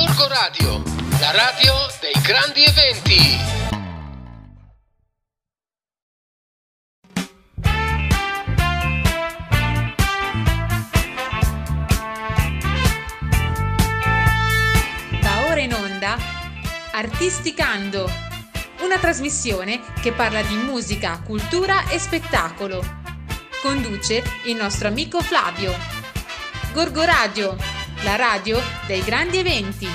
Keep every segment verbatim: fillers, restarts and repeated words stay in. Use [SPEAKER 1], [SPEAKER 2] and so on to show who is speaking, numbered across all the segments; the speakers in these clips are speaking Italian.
[SPEAKER 1] Gorgo Radio, la radio dei grandi eventi.
[SPEAKER 2] Va ora in onda Artisticando, una trasmissione che parla di musica, cultura e spettacolo. Conduce il nostro amico Flavio. Gorgo Radio, la radio dei grandi eventi.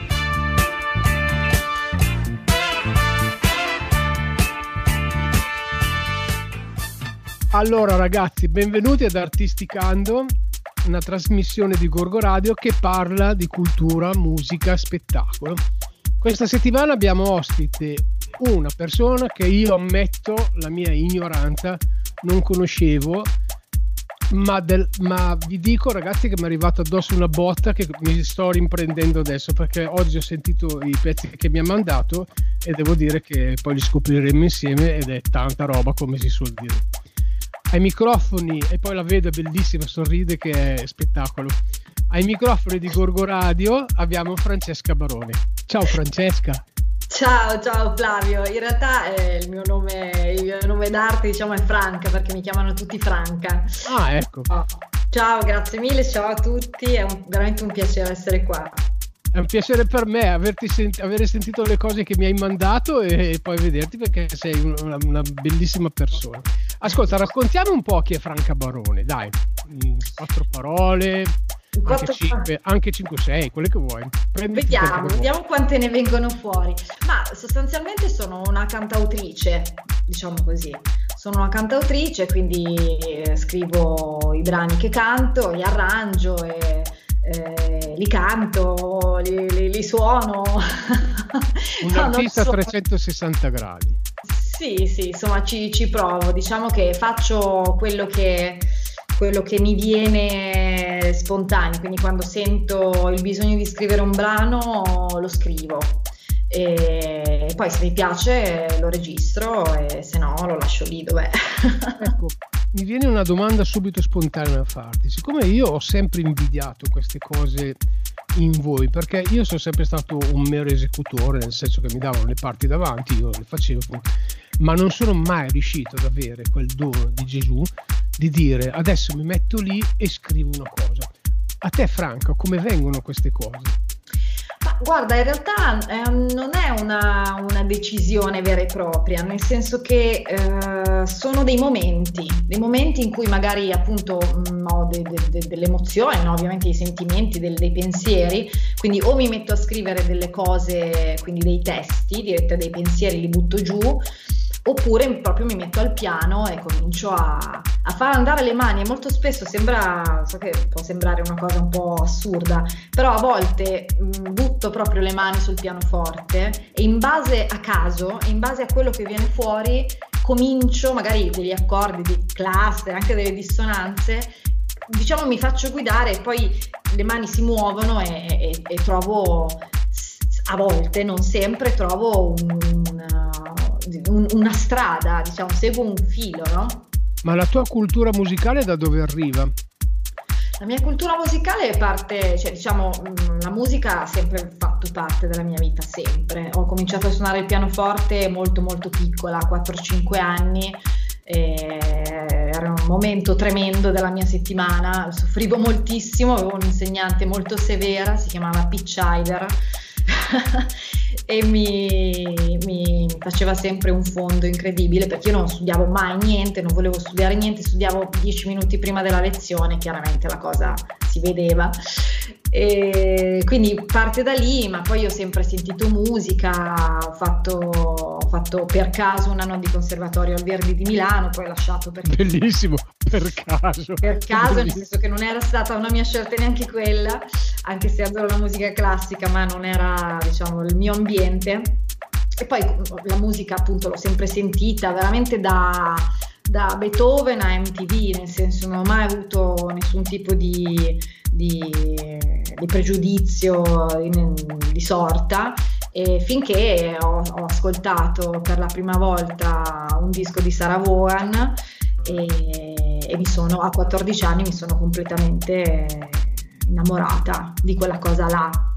[SPEAKER 3] Allora ragazzi, benvenuti ad Artisticando, una trasmissione di Gorgo Radio che parla di cultura, musica, spettacolo. Questa settimana abbiamo ospite una persona che io ammetto la mia ignoranza, non conoscevo, ma, del, ma vi dico ragazzi che mi è arrivata addosso una botta che mi sto rimprendendo adesso, perché oggi ho sentito i pezzi che mi ha mandato e devo dire che poi li scopriremo insieme ed è tanta roba, come si suol dire. Ai microfoni, e poi la vedo, è bellissima, sorride, che è spettacolo. Ai microfoni di Gorgo Radio abbiamo Francesca Barone. Ciao Francesca.
[SPEAKER 4] Ciao, ciao Flavio. In realtà eh, il mio nome, il mio nome d'arte, diciamo, è Franca, perché mi chiamano tutti Franca.
[SPEAKER 3] Ah, ecco.
[SPEAKER 4] Oh. Ciao, grazie mille, ciao a tutti, è un, veramente un piacere essere qua.
[SPEAKER 3] È un piacere per me averti sent- avere sentito le cose che mi hai mandato e, e poi vederti, perché sei una, una bellissima persona. Ascolta, raccontiamo un po' chi è Franca Barone, dai, in quattro parole, in quattro anche cinque sei, quelle che vuoi. Prenditi
[SPEAKER 4] vediamo,
[SPEAKER 3] che
[SPEAKER 4] vediamo
[SPEAKER 3] vuoi.
[SPEAKER 4] Quante ne vengono fuori. Ma sostanzialmente sono una cantautrice, diciamo così. Sono una cantautrice, quindi scrivo i brani che canto, li arrangio e Eh, li canto, li, li, li suono.
[SPEAKER 3] Un
[SPEAKER 4] no,
[SPEAKER 3] artista
[SPEAKER 4] so.
[SPEAKER 3] a trecentosessanta gradi.
[SPEAKER 4] Sì, sì, insomma ci, ci provo, diciamo che faccio quello che, quello che mi viene spontaneo, quindi quando sento il bisogno di scrivere un brano lo scrivo e poi se mi piace lo registro e se no lo lascio lì dov'è.
[SPEAKER 3] Ecco, mi viene una domanda subito spontanea da farti. Siccome io ho sempre invidiato queste cose in voi, perché io sono sempre stato un mero esecutore, nel senso che mi davano le parti davanti, io le facevo, ma non sono mai riuscito ad avere quel dono di Gesù di dire adesso mi metto lì e scrivo una cosa. A te Franca, come vengono queste cose?
[SPEAKER 4] Ma guarda, in realtà eh, non è una, una decisione vera e propria, nel senso che eh, sono dei momenti, dei momenti in cui magari appunto mh, ho de, de, de, delle emozioni, no? Ovviamente dei sentimenti, del, dei pensieri, quindi o mi metto a scrivere delle cose, quindi dei testi, dirette dei pensieri, li butto giù, oppure proprio mi metto al piano e comincio a, a far andare le mani. E molto spesso sembra, so che può sembrare una cosa un po' assurda, però a volte mh, butto proprio le mani sul pianoforte e in base a caso, in base a quello che viene fuori, comincio magari degli accordi, dei cluster, anche delle dissonanze, diciamo mi faccio guidare e poi le mani si muovono e, e, e trovo, a volte, non sempre, trovo un, un, una strada, diciamo, seguo un filo, no?
[SPEAKER 3] Ma la tua cultura musicale da dove arriva?
[SPEAKER 4] La mia cultura musicale parte, cioè diciamo, la musica ha sempre fatto parte della mia vita, sempre. Ho cominciato a suonare il pianoforte molto molto piccola, a quattro cinque anni, e era un momento tremendo della mia settimana, soffrivo moltissimo, avevo un'insegnante molto severa, si chiamava Pitch Hider, e mi, mi faceva sempre un fondo incredibile, perché io non studiavo mai niente, non volevo studiare niente, studiavo dieci minuti prima della lezione, chiaramente la cosa si vedeva, e quindi parte da lì. Ma poi ho sempre sentito musica, ho fatto, ho fatto per caso un anno di conservatorio al Verdi di Milano, poi ho lasciato perché
[SPEAKER 3] bellissimo, per caso
[SPEAKER 4] per caso, nel senso che non era stata una mia scelta neanche quella, anche se adoro la musica classica, ma non era, diciamo, il mio ambiente. E poi la musica appunto l'ho sempre sentita veramente da, da Beethoven a M T V, nel senso non ho mai avuto nessun tipo di, di, di pregiudizio di, di sorta, e finché ho, ho ascoltato per la prima volta un disco di Sarah Vaughan e, e mi sono, a quattordici anni mi sono completamente innamorata di quella cosa là.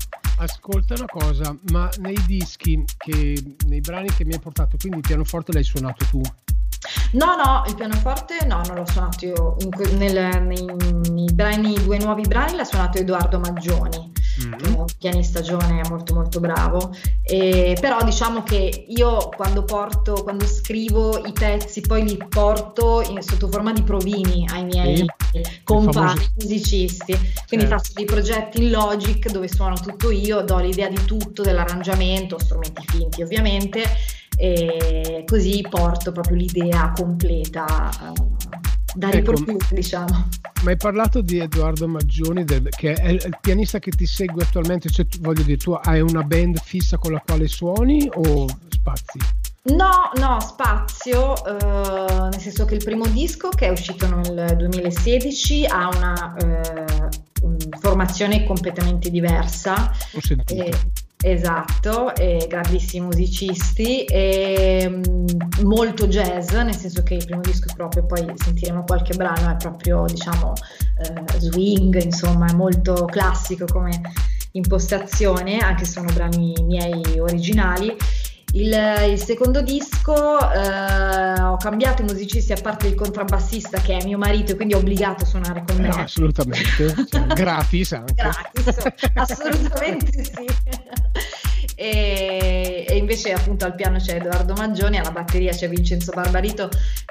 [SPEAKER 3] ascolta una cosa, ma nei dischi, che nei brani che mi hai portato, quindi il pianoforte l'hai suonato tu?
[SPEAKER 4] No, no, il pianoforte no, non l'ho suonato io. In que- nel- nei, nei brani, due nuovi brani l'ha suonato Edoardo Maggioni,
[SPEAKER 3] Mm.
[SPEAKER 4] che è un pianista giovane molto molto bravo. E, però diciamo che io quando porto, quando scrivo i pezzi, poi li porto in- sotto forma di provini ai miei compagni
[SPEAKER 3] famoso-
[SPEAKER 4] musicisti. Quindi
[SPEAKER 3] Certo.
[SPEAKER 4] faccio dei progetti in Logic dove suono tutto io, do l'idea di tutto, dell'arrangiamento, strumenti finti ovviamente, e così porto proprio l'idea completa eh, da
[SPEAKER 3] Ecco.
[SPEAKER 4] riprodurre, diciamo.
[SPEAKER 3] Ma hai parlato di Edoardo Maggioni, del- che è il il pianista che ti segue attualmente, cioè tu- voglio dire, tu hai una band fissa con la quale suoni o spazi?
[SPEAKER 4] No, no, spazio, eh, nel senso che il primo disco, che è uscito nel duemilasedici, ha una eh, un- formazione completamente diversa.
[SPEAKER 3] Ho sentito.
[SPEAKER 4] Eh, esatto, e grandissimi musicisti, e, mm, molto jazz, nel senso che il primo disco è proprio, poi sentiremo qualche brano, è proprio, diciamo, eh, swing, insomma, è molto classico come impostazione, anche se sono brani miei originali. Il, il secondo disco eh, ho cambiato i musicisti, a parte il contrabbassista che è mio marito e quindi è obbligato a suonare con me.
[SPEAKER 3] Eh, assolutamente, cioè, gratis anche.
[SPEAKER 4] Gratis, assolutamente sì. E, e invece appunto al piano c'è Edoardo Maggioni, alla batteria c'è Vincenzo Barbarito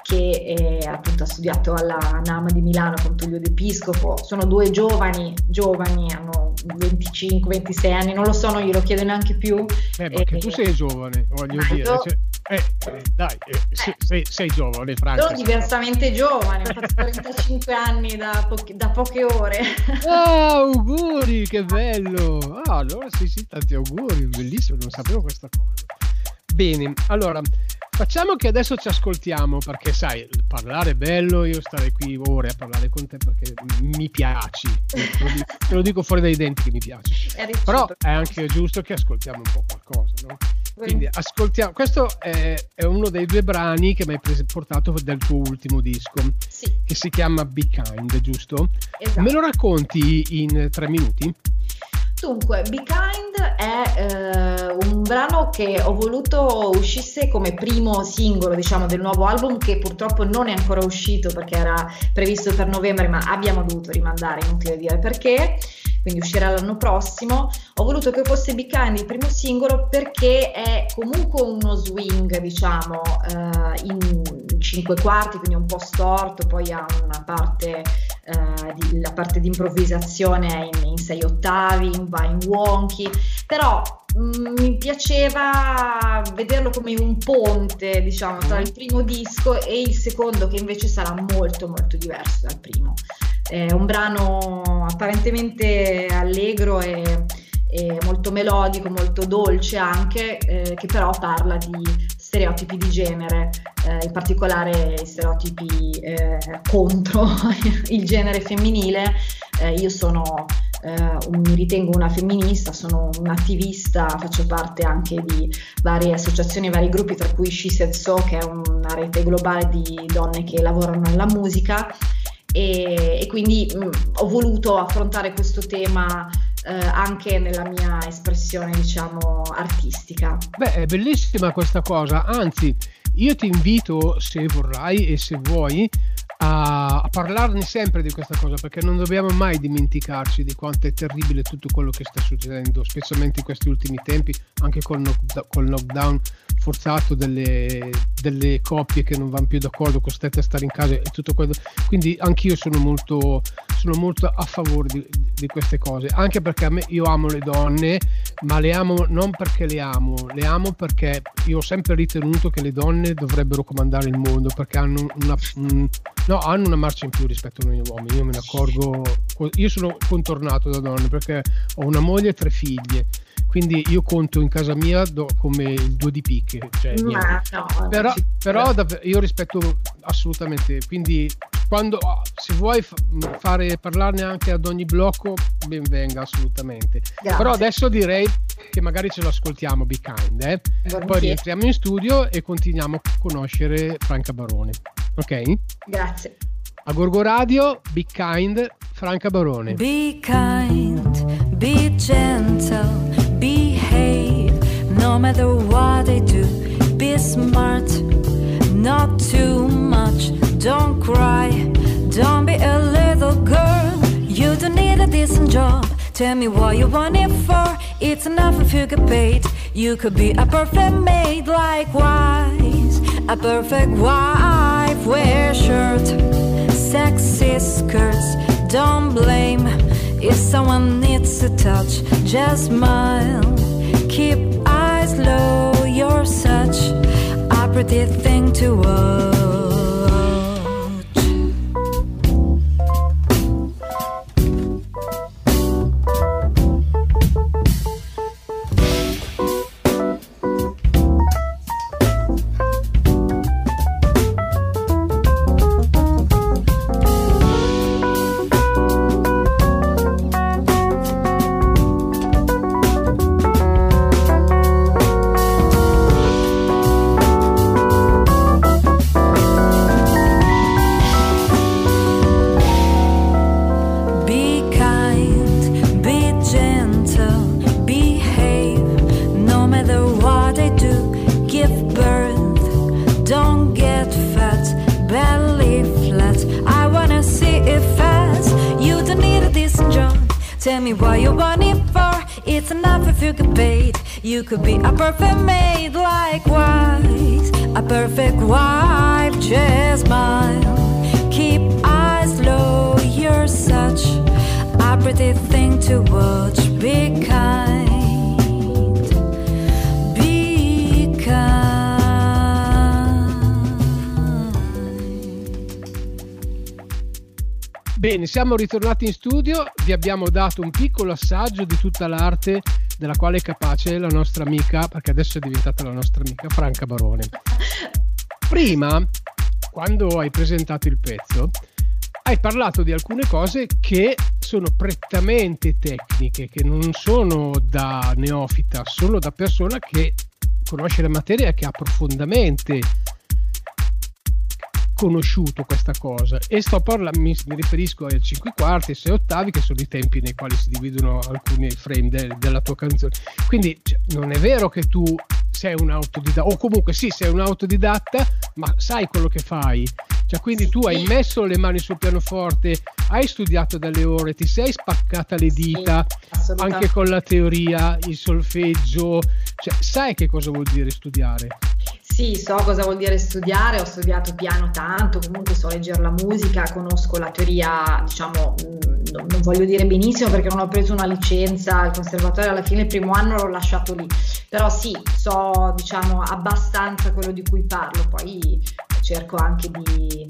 [SPEAKER 4] che è, appunto ha studiato alla NAM di Milano con Tullio De Piscopo. Sono due giovani, giovani, hanno venticinque ventisei anni, non lo so, non glielo chiedo neanche più.
[SPEAKER 3] Eh, ma che
[SPEAKER 4] E-
[SPEAKER 3] tu sei giovane, voglio
[SPEAKER 4] Ma
[SPEAKER 3] dire.
[SPEAKER 4] io-
[SPEAKER 3] Cioè, eh, eh, dai, eh, se- sei, sei giovane, Franca.
[SPEAKER 4] Sono diversamente giovane, ho fatto trentacinque anni da, pochi- da poche ore.
[SPEAKER 3] Ah, auguri, che bello! Ah, allora sì, sì, tanti auguri, bellissimo, non sapevo questa cosa. Bene, allora, facciamo che adesso ci ascoltiamo, perché sai, parlare è bello, io starei qui ore a parlare con te perché mi piaci, te lo dico, te lo dico fuori dai denti che mi piaci.
[SPEAKER 4] È
[SPEAKER 3] Però
[SPEAKER 4] reciproco.
[SPEAKER 3] è anche giusto che ascoltiamo un po' qualcosa, no? Quindi ascoltiamo, questo è, è uno dei due brani che mi hai pres- portato del tuo ultimo disco,
[SPEAKER 4] Sì,
[SPEAKER 3] che si chiama Be Kind, giusto?
[SPEAKER 4] esatto.
[SPEAKER 3] Me lo racconti in tre minuti?
[SPEAKER 4] Dunque, Be Kind è eh, un brano che ho voluto uscisse come primo singolo, diciamo, del nuovo album, che purtroppo non è ancora uscito perché era previsto per novembre, ma abbiamo dovuto rimandare, inutile dire perché, quindi uscirà l'anno prossimo. Ho voluto che fosse Be Kind il primo singolo perché è comunque uno swing, diciamo, eh, in cinque quarti, quindi un po' storto, poi ha una parte, eh, di, la parte di improvvisazione in, in sei ottavi, va in wonky, però mh, mi piaceva vederlo come un ponte, diciamo, tra il primo disco e il secondo, che invece sarà molto molto diverso dal primo. È un brano apparentemente allegro e, e molto melodico, molto dolce anche, eh, che però parla di stereotipi di genere, eh, in particolare stereotipi eh, contro il genere femminile. Eh, io sono, eh, un, mi ritengo una femminista, sono un'attivista, faccio parte anche di varie associazioni e vari gruppi, tra cui She Said So, che è una rete globale di donne che lavorano nella musica. E, e quindi mh, ho voluto affrontare questo tema eh, anche nella mia espressione, diciamo, artistica.
[SPEAKER 3] Beh, è bellissima questa cosa, anzi, io ti invito, se vorrai e se vuoi, a, a parlarne sempre di questa cosa, perché non dobbiamo mai dimenticarci di quanto è terribile tutto quello che sta succedendo, specialmente in questi ultimi tempi, anche col, knock, col knockdown forzato delle, delle coppie che non vanno più d'accordo, costrette a stare in casa e tutto quello. Quindi anch'io sono molto, sono molto a favore di, di queste cose, anche perché a me, io amo le donne, ma le amo non perché le amo, le amo perché io ho sempre ritenuto che le donne dovrebbero comandare il mondo, perché hanno una, un, no, hanno una marcia in più rispetto a noi uomini. Io me ne accorgo, io sono contornato da donne perché ho una moglie e tre figlie, quindi io conto in casa mia do, come il due di picche, cioè,
[SPEAKER 4] Ma no,
[SPEAKER 3] però,
[SPEAKER 4] ci-
[SPEAKER 3] però dav- io rispetto assolutamente, quindi quando se vuoi f- fare parlarne anche ad ogni blocco, ben venga, assolutamente.
[SPEAKER 4] Grazie.
[SPEAKER 3] Però adesso direi che magari ce lo ascoltiamo, Be Kind, eh?
[SPEAKER 4] Volentieri.
[SPEAKER 3] Poi rientriamo in studio e continuiamo a conoscere Franca Barone, ok?
[SPEAKER 4] Grazie.
[SPEAKER 3] A Gorgo Radio, Be Kind, Franca Barone.
[SPEAKER 5] Be kind, be gentle, no matter what I do. Be smart, not too much. Don't cry, don't be a little girl. You don't need a decent job. Tell me what you want it for. It's enough if you get paid. You could be a perfect maid. Likewise, a perfect wife. Wear shirt, sexy skirts. Don't blame if someone needs a touch. Just smile, keep eyes low. You're such a pretty thing to watch. Tell me what you want it for. It's enough if you get paid. You could be a perfect maid. Likewise, a perfect wife. Just smile, keep eyes low. You're such a pretty thing to watch. Be kind, be kind.
[SPEAKER 3] Bene, siamo ritornati in studio, vi abbiamo dato un piccolo assaggio di tutta l'arte della quale è capace la nostra amica, perché adesso è diventata la nostra amica, Franca Barone. Prima, quando hai presentato il pezzo, hai parlato di alcune cose che sono prettamente tecniche, che non sono da neofita, sono da persona che conosce la materia e che ha profondamente conosciuto questa cosa. E sto parlando, mi, mi riferisco ai cinque quarti e sei ottavi, che sono i tempi nei quali si dividono alcuni frame de, della tua canzone. Quindi cioè, non è vero che tu sei un autodidatta, o comunque sì, sei un autodidatta, ma sai quello che fai. Cioè, quindi tu hai messo le mani sul pianoforte, hai studiato dalle ore, ti sei spaccata le dita, sì, anche con la teoria, il solfeggio, cioè sai che cosa vuol dire studiare.
[SPEAKER 4] Sì, so cosa vuol dire studiare, ho studiato piano tanto, comunque so leggere la musica, conosco la teoria, diciamo, non, non voglio dire benissimo perché non ho preso una licenza al conservatorio, alla fine il primo anno l'ho lasciato lì, però sì, so, diciamo, abbastanza quello di cui parlo, poi cerco anche di,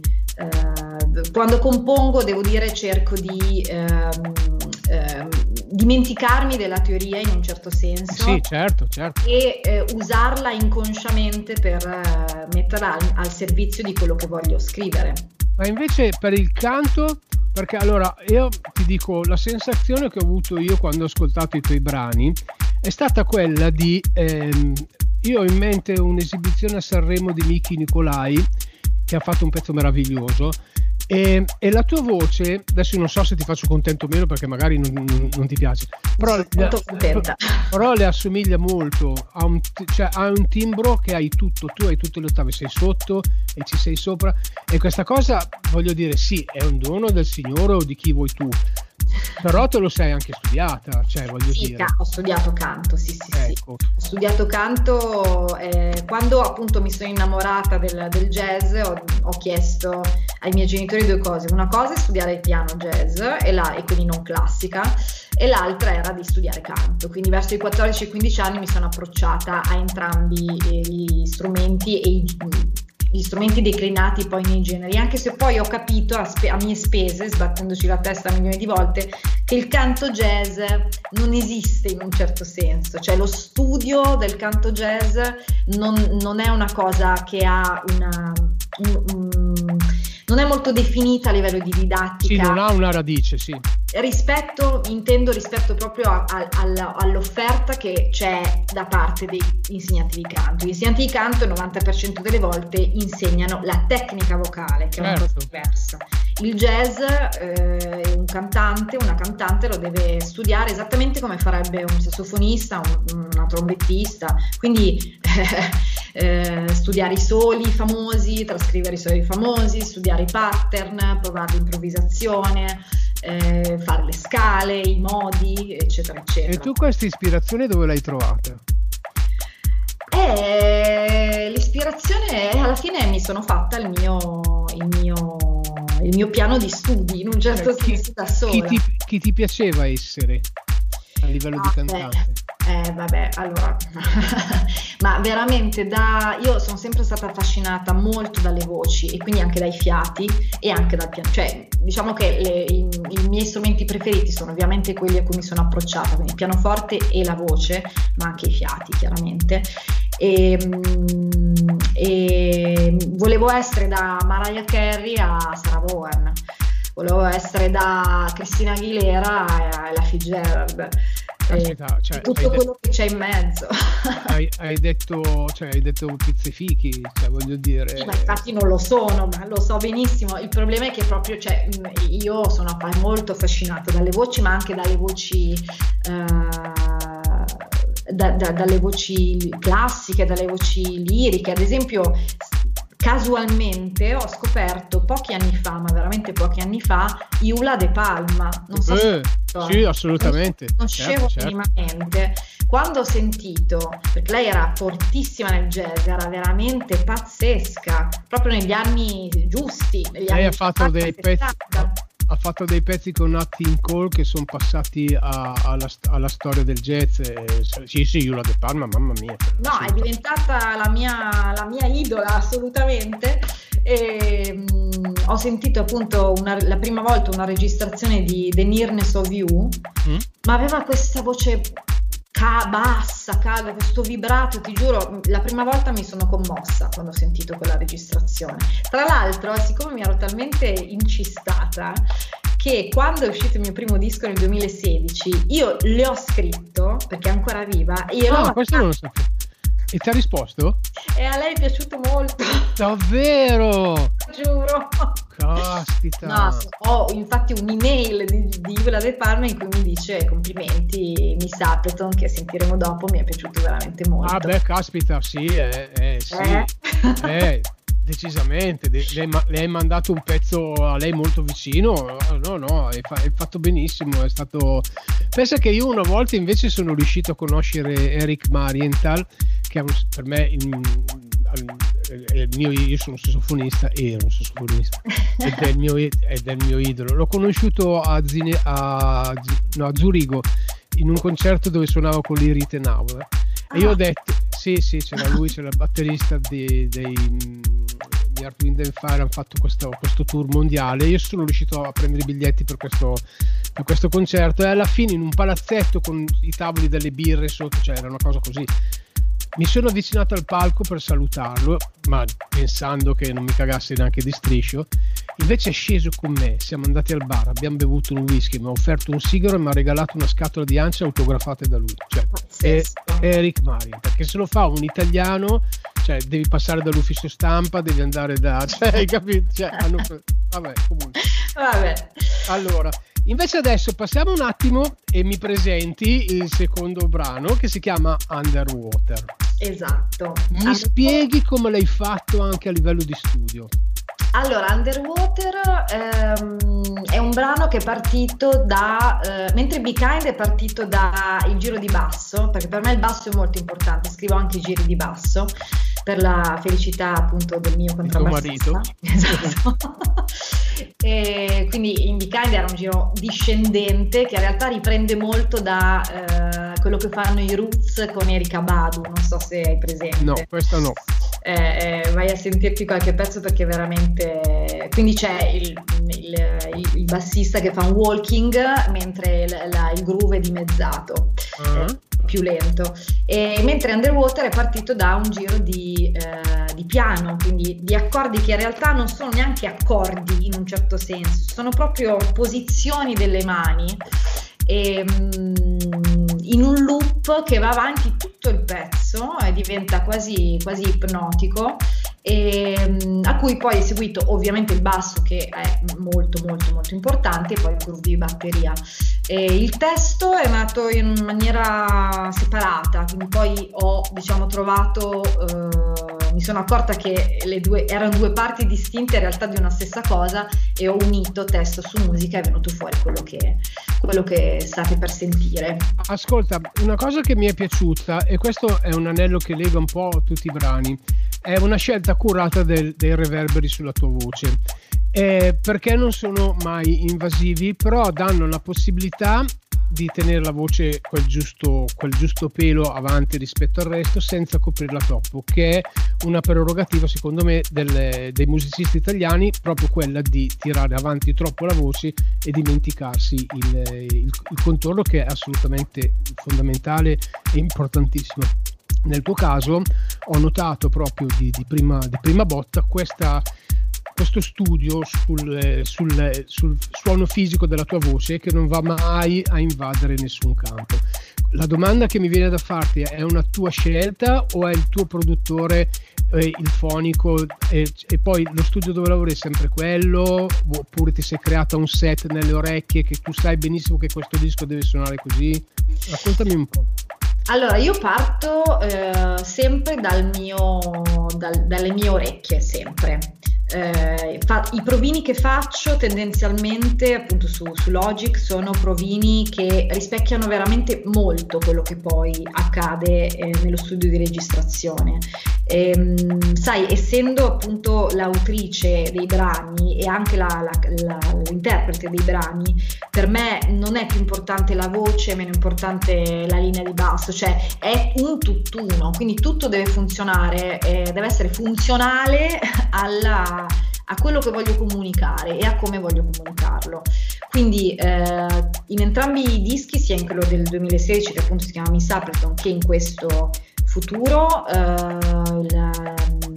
[SPEAKER 4] eh, quando compongo, devo dire, cerco di ehm, ehm, dimenticarmi della teoria in un certo senso,
[SPEAKER 3] sì, certo, certo.
[SPEAKER 4] e eh, usarla inconsciamente per eh, metterla al, al servizio di quello che voglio scrivere.
[SPEAKER 3] Ma invece per il canto, perché allora io ti dico, la sensazione che ho avuto io quando ho ascoltato i tuoi brani è stata quella di ehm, io ho in mente un'esibizione a Sanremo di Miki Nicolai che ha fatto un pezzo meraviglioso. E, e la tua voce, adesso non so se ti faccio contento o meno perché magari non, non, non ti piace, però,
[SPEAKER 4] molto contenta.
[SPEAKER 3] Però le assomiglia molto, ha un, cioè, ha un timbro che hai tutto, tu hai tutte le ottave, sei sotto e ci sei sopra, e questa cosa, voglio dire, sì, è un dono del Signore o di chi vuoi tu, però te lo sei anche studiata, cioè voglio
[SPEAKER 4] sì,
[SPEAKER 3] dire.
[SPEAKER 4] Ho studiato canto, sì sì
[SPEAKER 3] ecco.
[SPEAKER 4] sì. Ho studiato canto eh, quando appunto mi sono innamorata del, del jazz, ho, ho chiesto ai miei genitori due cose. Una cosa è studiare il piano jazz e, la, e quindi non classica, e l'altra era di studiare canto. Quindi verso i quattordici quindici anni mi sono approcciata a entrambi gli strumenti e i gli strumenti declinati poi nei generi, anche se poi ho capito a, spe- a mie spese, sbattendoci la testa milioni di volte, che il canto jazz non esiste in un certo senso, cioè lo studio del canto jazz non, non è una cosa che ha una un, un, non è molto definita a livello di didattica.
[SPEAKER 3] Sì, non ha una radice, sì.
[SPEAKER 4] Rispetto, intendo rispetto proprio a, a, a, all'offerta che c'è da parte dei insegnanti di canto. Gli insegnanti di canto il novanta per cento delle volte insegnano la tecnica vocale, che è una cosa diversa. il jazz, eh, un cantante, una cantante lo deve studiare esattamente come farebbe un sassofonista, un, una trombettista, quindi eh, eh, studiare i soli famosi, trascrivere i soli famosi, studiare i pattern, provare l'improvvisazione, eh, fare le scale, i modi, eccetera, eccetera.
[SPEAKER 3] E tu questa ispirazione dove l'hai trovata?
[SPEAKER 4] Eh, l'ispirazione alla fine mi sono fatta il mio, il mio, il mio piano di studi, in un certo
[SPEAKER 3] eh, chi,
[SPEAKER 4] senso da sola.
[SPEAKER 3] Chi ti, chi ti piaceva essere a livello ah, di cantante?
[SPEAKER 4] Eh, vabbè, allora, ma veramente da, io sono sempre stata affascinata molto dalle voci e quindi anche dai fiati e anche dal piano, cioè diciamo che le, i, i miei strumenti preferiti sono ovviamente quelli a cui mi sono approcciata, quindi il pianoforte e la voce, ma anche i fiati chiaramente. E, e volevo essere da Mariah Carey a Sarah Vaughan, volevo essere da Christina Aguilera a Ella Fitzgerald.
[SPEAKER 3] Caspita, cioè,
[SPEAKER 4] tutto quello
[SPEAKER 3] detto,
[SPEAKER 4] che c'è in mezzo.
[SPEAKER 3] Hai, hai detto, cioè, hai detto pizze fichi, cioè, voglio dire.
[SPEAKER 4] Sì, ma infatti non lo sono, ma lo so benissimo. Il problema è che proprio, cioè, io sono molto affascinata dalle voci, ma anche dalle voci, uh, da, da, dalle voci classiche, dalle voci liriche. Ad esempio, casualmente ho scoperto pochi anni fa, ma veramente pochi anni fa, Iula De Palma. Non so
[SPEAKER 3] eh,
[SPEAKER 4] se
[SPEAKER 3] sì, assolutamente.
[SPEAKER 4] Non conoscevo certo, minimamente. Certo. Quando ho sentito, perché lei era fortissima nel jazz, era veramente pazzesca, proprio negli anni giusti. Negli
[SPEAKER 3] lei
[SPEAKER 4] anni
[SPEAKER 3] ha fatto dei pezzi. Ha fatto dei pezzi con Nat King Cole che sono passati a, alla, alla storia del jazz. E, sì, sì, Iula De Palma, mamma mia.
[SPEAKER 4] No, è diventata la mia, la mia idola, assolutamente. E, mh, ho sentito appunto una, la prima volta una registrazione di The Nearness of You, mm? ma aveva questa voce ca- bassa, calda, questo vibrato, ti giuro, la prima volta mi sono commossa quando ho sentito quella registrazione. Tra l'altro, siccome mi ero talmente incistata che quando è uscito il mio primo disco nel duemilasedici io le ho scritto, perché è ancora viva, e io
[SPEAKER 3] ah, questo non lo sapevo. E ti ha risposto?
[SPEAKER 4] E a lei è piaciuto molto.
[SPEAKER 3] Davvero?
[SPEAKER 4] Giuro.
[SPEAKER 3] Caspita.
[SPEAKER 4] No, ho infatti un'email di, di Iula De Palma in cui mi dice complimenti Miss Appleton, che sentiremo dopo, mi è piaciuto veramente molto.
[SPEAKER 3] Ah beh, caspita, sì, eh, eh, sì. Eh? eh, decisamente. Le, le hai mandato un pezzo a lei molto vicino? No, no, hai, fa, hai fatto benissimo, è stato... Pensa che io una volta invece sono riuscito a conoscere Eric Marienthal, che è un, per me il, è il mio, io sono un sassofonista, ero un sassofonista ed è il mio, ed è il mio idolo. L'ho conosciuto a, Zine, a, no, a Zurigo in un concerto dove suonavo con l'Irite Nauer e io ho detto sì sì c'era lui, c'era il batterista dei, dei di Earth, Wind and Fire, hanno fatto questo, questo tour mondiale. Io sono riuscito a prendere i biglietti per questo, per questo concerto e alla fine in un palazzetto con i tavoli delle birre sotto, cioè era una cosa così. Mi sono avvicinato al palco per salutarlo, ma pensando che non mi cagasse neanche di striscio. Invece è sceso con me, siamo andati al bar, abbiamo bevuto un whisky, mi ha offerto un sigaro e mi ha regalato una scatola di ance autografate da lui. Cioè, è, è Eric Marienthal, perché se lo fa un italiano, cioè devi passare dall'ufficio stampa, devi andare da... Cioè, hai capito? Cioè, hanno... Vabbè, comunque.
[SPEAKER 4] Vabbè.
[SPEAKER 3] Allora, invece adesso passiamo un attimo e mi presenti il secondo brano che si chiama Underwater.
[SPEAKER 4] Esatto.
[SPEAKER 3] Mi Under... spieghi come l'hai fatto anche a livello di studio?
[SPEAKER 4] Allora, Underwater ehm, è un brano che è partito da, eh, mentre Be Kind è partito da il giro di basso, perché per me il basso è molto importante, scrivo anche i giri di basso per la felicità appunto del mio contrabbassista.
[SPEAKER 3] Tuo marito.
[SPEAKER 4] Esatto. E quindi in Be Kind era un giro discendente che in realtà riprende molto da eh, quello che fanno i Roots con Erykah Badu, non so se hai presente.
[SPEAKER 3] No, questo no.
[SPEAKER 4] Eh, eh, vai a sentirti qualche pezzo perché veramente, quindi c'è il, il, il, il bassista che fa un walking mentre il, la, il groove è dimezzato, uh-huh. eh, più lento, e mentre Underwater è partito da un giro di, eh, di piano, quindi di accordi che in realtà non sono neanche accordi in un certo senso, sono proprio posizioni delle mani e, mm, in un loop che va avanti tutto il pezzo e diventa quasi, quasi ipnotico e, a cui poi è seguito ovviamente il basso, che è molto molto molto importante, e poi il groove di batteria. E il testo è nato in maniera separata, quindi poi ho diciamo trovato eh, mi sono accorta che le due erano due parti distinte in realtà di una stessa cosa, e ho unito testo su musica, è venuto fuori quello che, quello che state per sentire.
[SPEAKER 3] Ascolta, una cosa che mi è piaciuta, e questo è un anello che lega un po' tutti i brani, è una scelta accurata del, dei reverberi sulla tua voce, eh, perché non sono mai invasivi, però danno la possibilità di tenere la voce quel giusto, quel giusto pelo avanti rispetto al resto, senza coprirla troppo, che è una prerogativa secondo me delle, dei musicisti italiani, proprio quella di tirare avanti troppo la voce e dimenticarsi il, il, il contorno, che è assolutamente fondamentale e importantissimo. Nel tuo caso ho notato proprio di, di, prima, di prima botta questa questo studio sul, sul, sul suono fisico della tua voce, che non va mai a invadere nessun campo. La domanda che mi viene da farti è: una tua scelta o è il tuo produttore, eh, il fonico, e, e poi lo studio dove lavori è sempre quello, oppure ti sei creata un set nelle orecchie che tu sai benissimo che questo disco deve suonare così? Raccontami un po'.
[SPEAKER 4] Allora, io parto eh, sempre dal mio, dal, dalle mie orecchie, sempre. Eh, fa, i provini che faccio tendenzialmente appunto su, su Logic sono provini che rispecchiano veramente molto quello che poi accade eh, nello studio di registrazione. E, sai, essendo appunto l'autrice dei brani e anche la, la, la, l'interprete dei brani, per me non è più importante la voce, meno importante la linea di basso, cioè è un tutt'uno, quindi tutto deve funzionare, eh, deve essere funzionale alla a quello che voglio comunicare e a come voglio comunicarlo. Quindi eh, in entrambi i dischi, sia in quello del duemilasedici che appunto si chiama Miss Appleton, che in questo futuro, eh, il,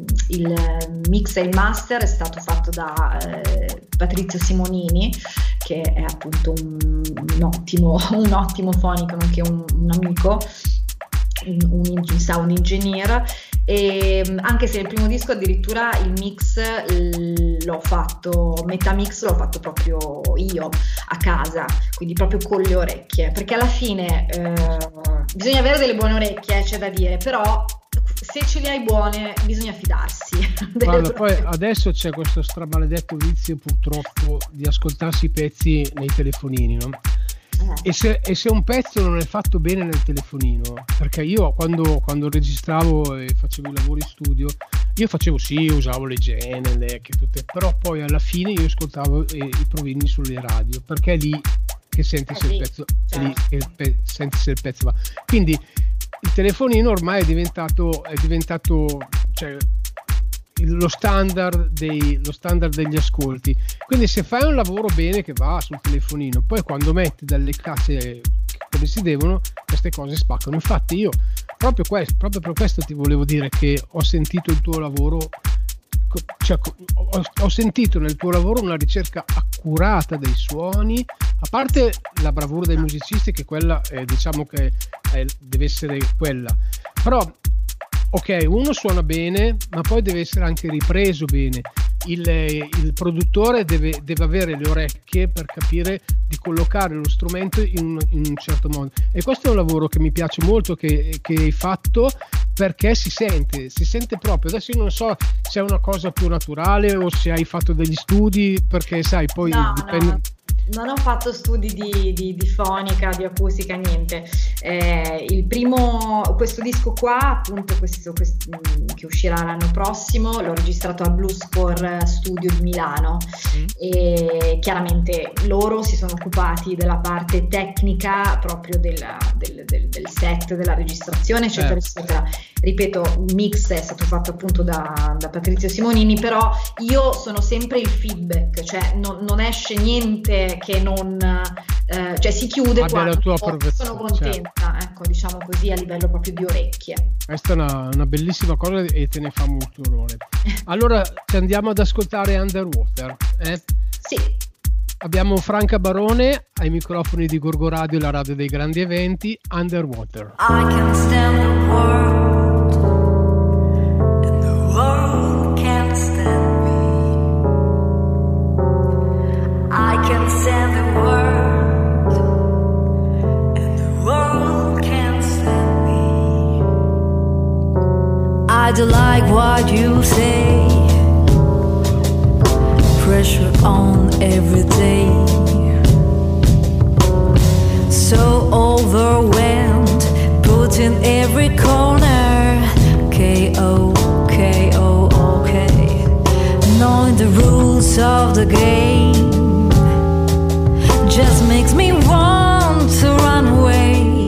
[SPEAKER 4] il mix e il master è stato fatto da eh, Patrizio Simonini, che è appunto un, un ottimo un ottimo fonico, nonché un, un amico, un, un sound engineer. E anche se nel primo disco addirittura il mix l'ho fatto, metà mix l'ho fatto proprio io a casa, quindi proprio con le orecchie, perché alla fine eh, bisogna avere delle buone orecchie, c'è da dire, però se ce le hai buone bisogna fidarsi.
[SPEAKER 3] Guarda, poi adesso c'è questo stramaledetto vizio purtroppo di ascoltarsi i pezzi nei telefonini, no? E se, e se un pezzo non è fatto bene nel telefonino, perché io quando, quando registravo e facevo i lavori studio, io facevo sì, usavo le Genele, che tutte, però poi alla fine io ascoltavo eh, i provini sulle radio, perché è lì che senti se il pezzo, è lì che pe- senti se il pezzo va. Quindi il telefonino ormai è diventato, è diventato cioè, lo standard, dei, lo standard degli ascolti. Quindi se fai un lavoro bene, che va sul telefonino, poi quando metti dalle casse come si devono, queste cose spaccano. Infatti io proprio, questo, proprio per questo ti volevo dire che ho sentito il tuo lavoro, cioè, ho, ho sentito nel tuo lavoro una ricerca accurata dei suoni, a parte la bravura dei musicisti, che quella eh, diciamo che eh, deve essere quella, però ok, uno suona bene, ma poi deve essere anche ripreso bene. Il, il produttore deve, deve avere le orecchie per capire di collocare lo strumento in un, in un certo modo. E questo è un lavoro che mi piace molto, che, che hai fatto, perché si sente, si sente proprio. Adesso io non so se è una cosa più naturale o se hai fatto degli studi, perché sai, poi
[SPEAKER 4] no,
[SPEAKER 3] dipende...
[SPEAKER 4] No. Non ho fatto studi di, di, di fonica, di acustica, niente. Eh, il primo, questo disco qua, appunto questo, questo che uscirà l'anno prossimo, l'ho registrato al Bluescore Studio di Milano, mm. e chiaramente loro si sono occupati della parte tecnica proprio della, del, del, del set, della registrazione, eccetera, eh. eccetera. Ripeto, il mix è stato fatto appunto da, da Patrizio Simonini, però io sono sempre il feedback, cioè non, non esce niente che non eh, cioè si chiude
[SPEAKER 3] Abbia
[SPEAKER 4] quando
[SPEAKER 3] la tua
[SPEAKER 4] sono contenta, certo. Ecco, diciamo così, a livello proprio di orecchie.
[SPEAKER 3] Questa è una, una bellissima cosa e te ne fa molto onore. Allora ci andiamo ad ascoltare Underwater, eh?
[SPEAKER 4] Sì.
[SPEAKER 3] Abbiamo Franca Barone ai microfoni di Gorgo Radio, la radio dei grandi eventi. Underwater.
[SPEAKER 5] I can stand the world and the world I don't like what you say. Pressure on every day. So overwhelmed, put in every corner. K O, K O, okay. Knowing the rules of the game just makes me want to run away.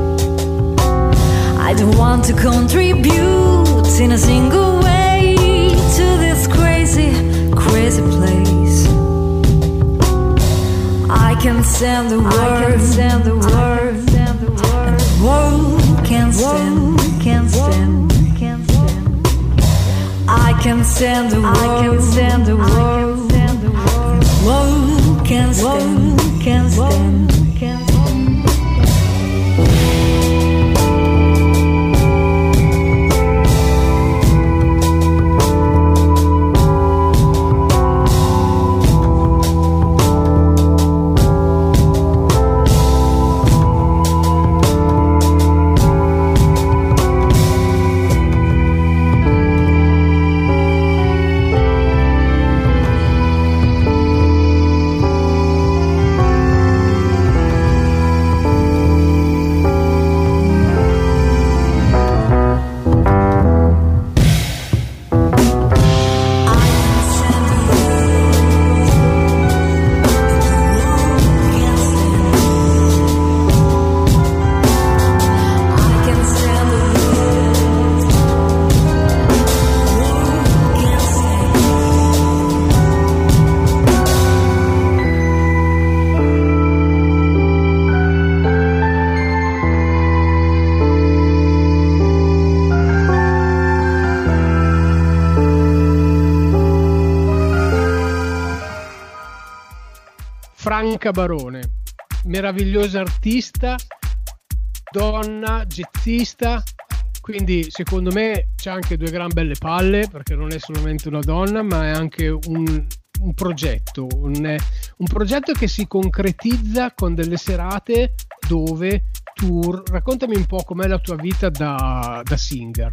[SPEAKER 5] I don't want to contribute in a single way to this crazy, crazy place. I can stand the word, I can stand the word, and the world can stand, can stand, can stand. I can stand the word, I can stand the word, and the world can stand, can stand, can stand.
[SPEAKER 3] Franca Barone, meravigliosa artista, donna, jazzista, quindi secondo me c'ha anche due gran belle palle, perché non è solamente una donna ma è anche un, un progetto, un, un progetto che si concretizza con delle serate dove tour. Raccontami un po' com'è la tua vita da, da singer.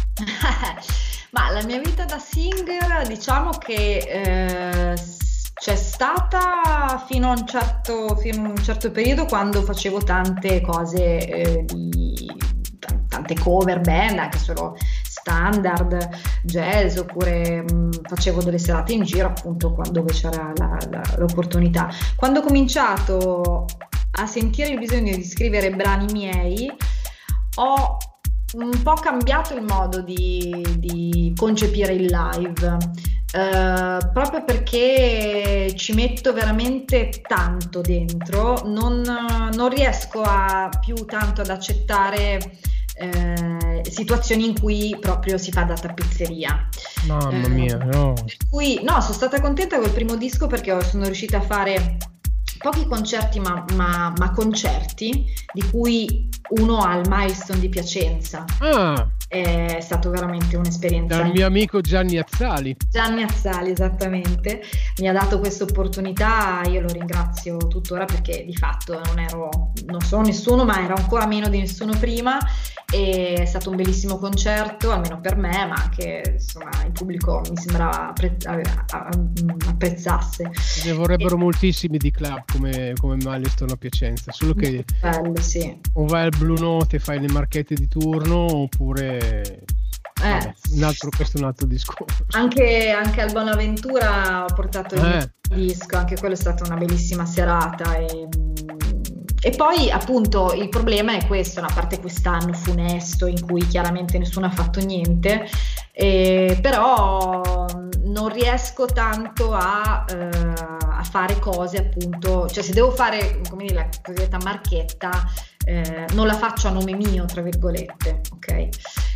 [SPEAKER 4] Ma la mia vita da singer, diciamo che eh, c'è stata fino a un certo, fino a un certo periodo, quando facevo tante cose eh, di t- tante cover band, anche solo standard, jazz, oppure mh, facevo delle serate in giro, appunto quando c'era la, la, l'opportunità. Quando ho cominciato a sentire il bisogno di scrivere brani miei, ho un po' cambiato il modo di, di concepire il live. Uh, proprio perché ci metto veramente tanto dentro, non, non riesco a più tanto ad accettare eh, situazioni in cui proprio si fa da tappezzeria.
[SPEAKER 3] Mamma uh, mia, no.
[SPEAKER 4] Per cui no, sono stata contenta col primo disco perché sono riuscita a fare pochi concerti, ma, ma, ma concerti, di cui uno al Milestone di Piacenza.
[SPEAKER 3] Ah.
[SPEAKER 4] È stato veramente un'esperienza.
[SPEAKER 3] Dal mio amico Gianni Azzali.
[SPEAKER 4] Gianni Azzali, esattamente, mi ha dato questa opportunità, io lo ringrazio tuttora, perché di fatto non ero, non sono nessuno, ma ero ancora meno di nessuno prima, e è stato un bellissimo concerto, almeno per me, ma anche insomma il pubblico mi sembrava appre- apprezzasse.
[SPEAKER 3] Ne vorrebbero e... moltissimi di club come, come Milestone a Piacenza, solo che
[SPEAKER 4] bello, sì.
[SPEAKER 3] O vai al Blue Note e fai le marchette di turno, oppure
[SPEAKER 4] Eh.
[SPEAKER 3] Vabbè, un altro, questo è un altro discorso.
[SPEAKER 4] Anche, anche al Bonaventura ho portato il
[SPEAKER 3] Eh.
[SPEAKER 4] disco, anche quello è stata una bellissima serata. E, e poi appunto il problema è questo, a parte quest'anno funesto in cui chiaramente nessuno ha fatto niente, eh, però non riesco tanto a, eh, a fare cose, appunto, cioè se devo fare, come dire, la cosiddetta marchetta, eh, non la faccio a nome mio, tra virgolette, ok?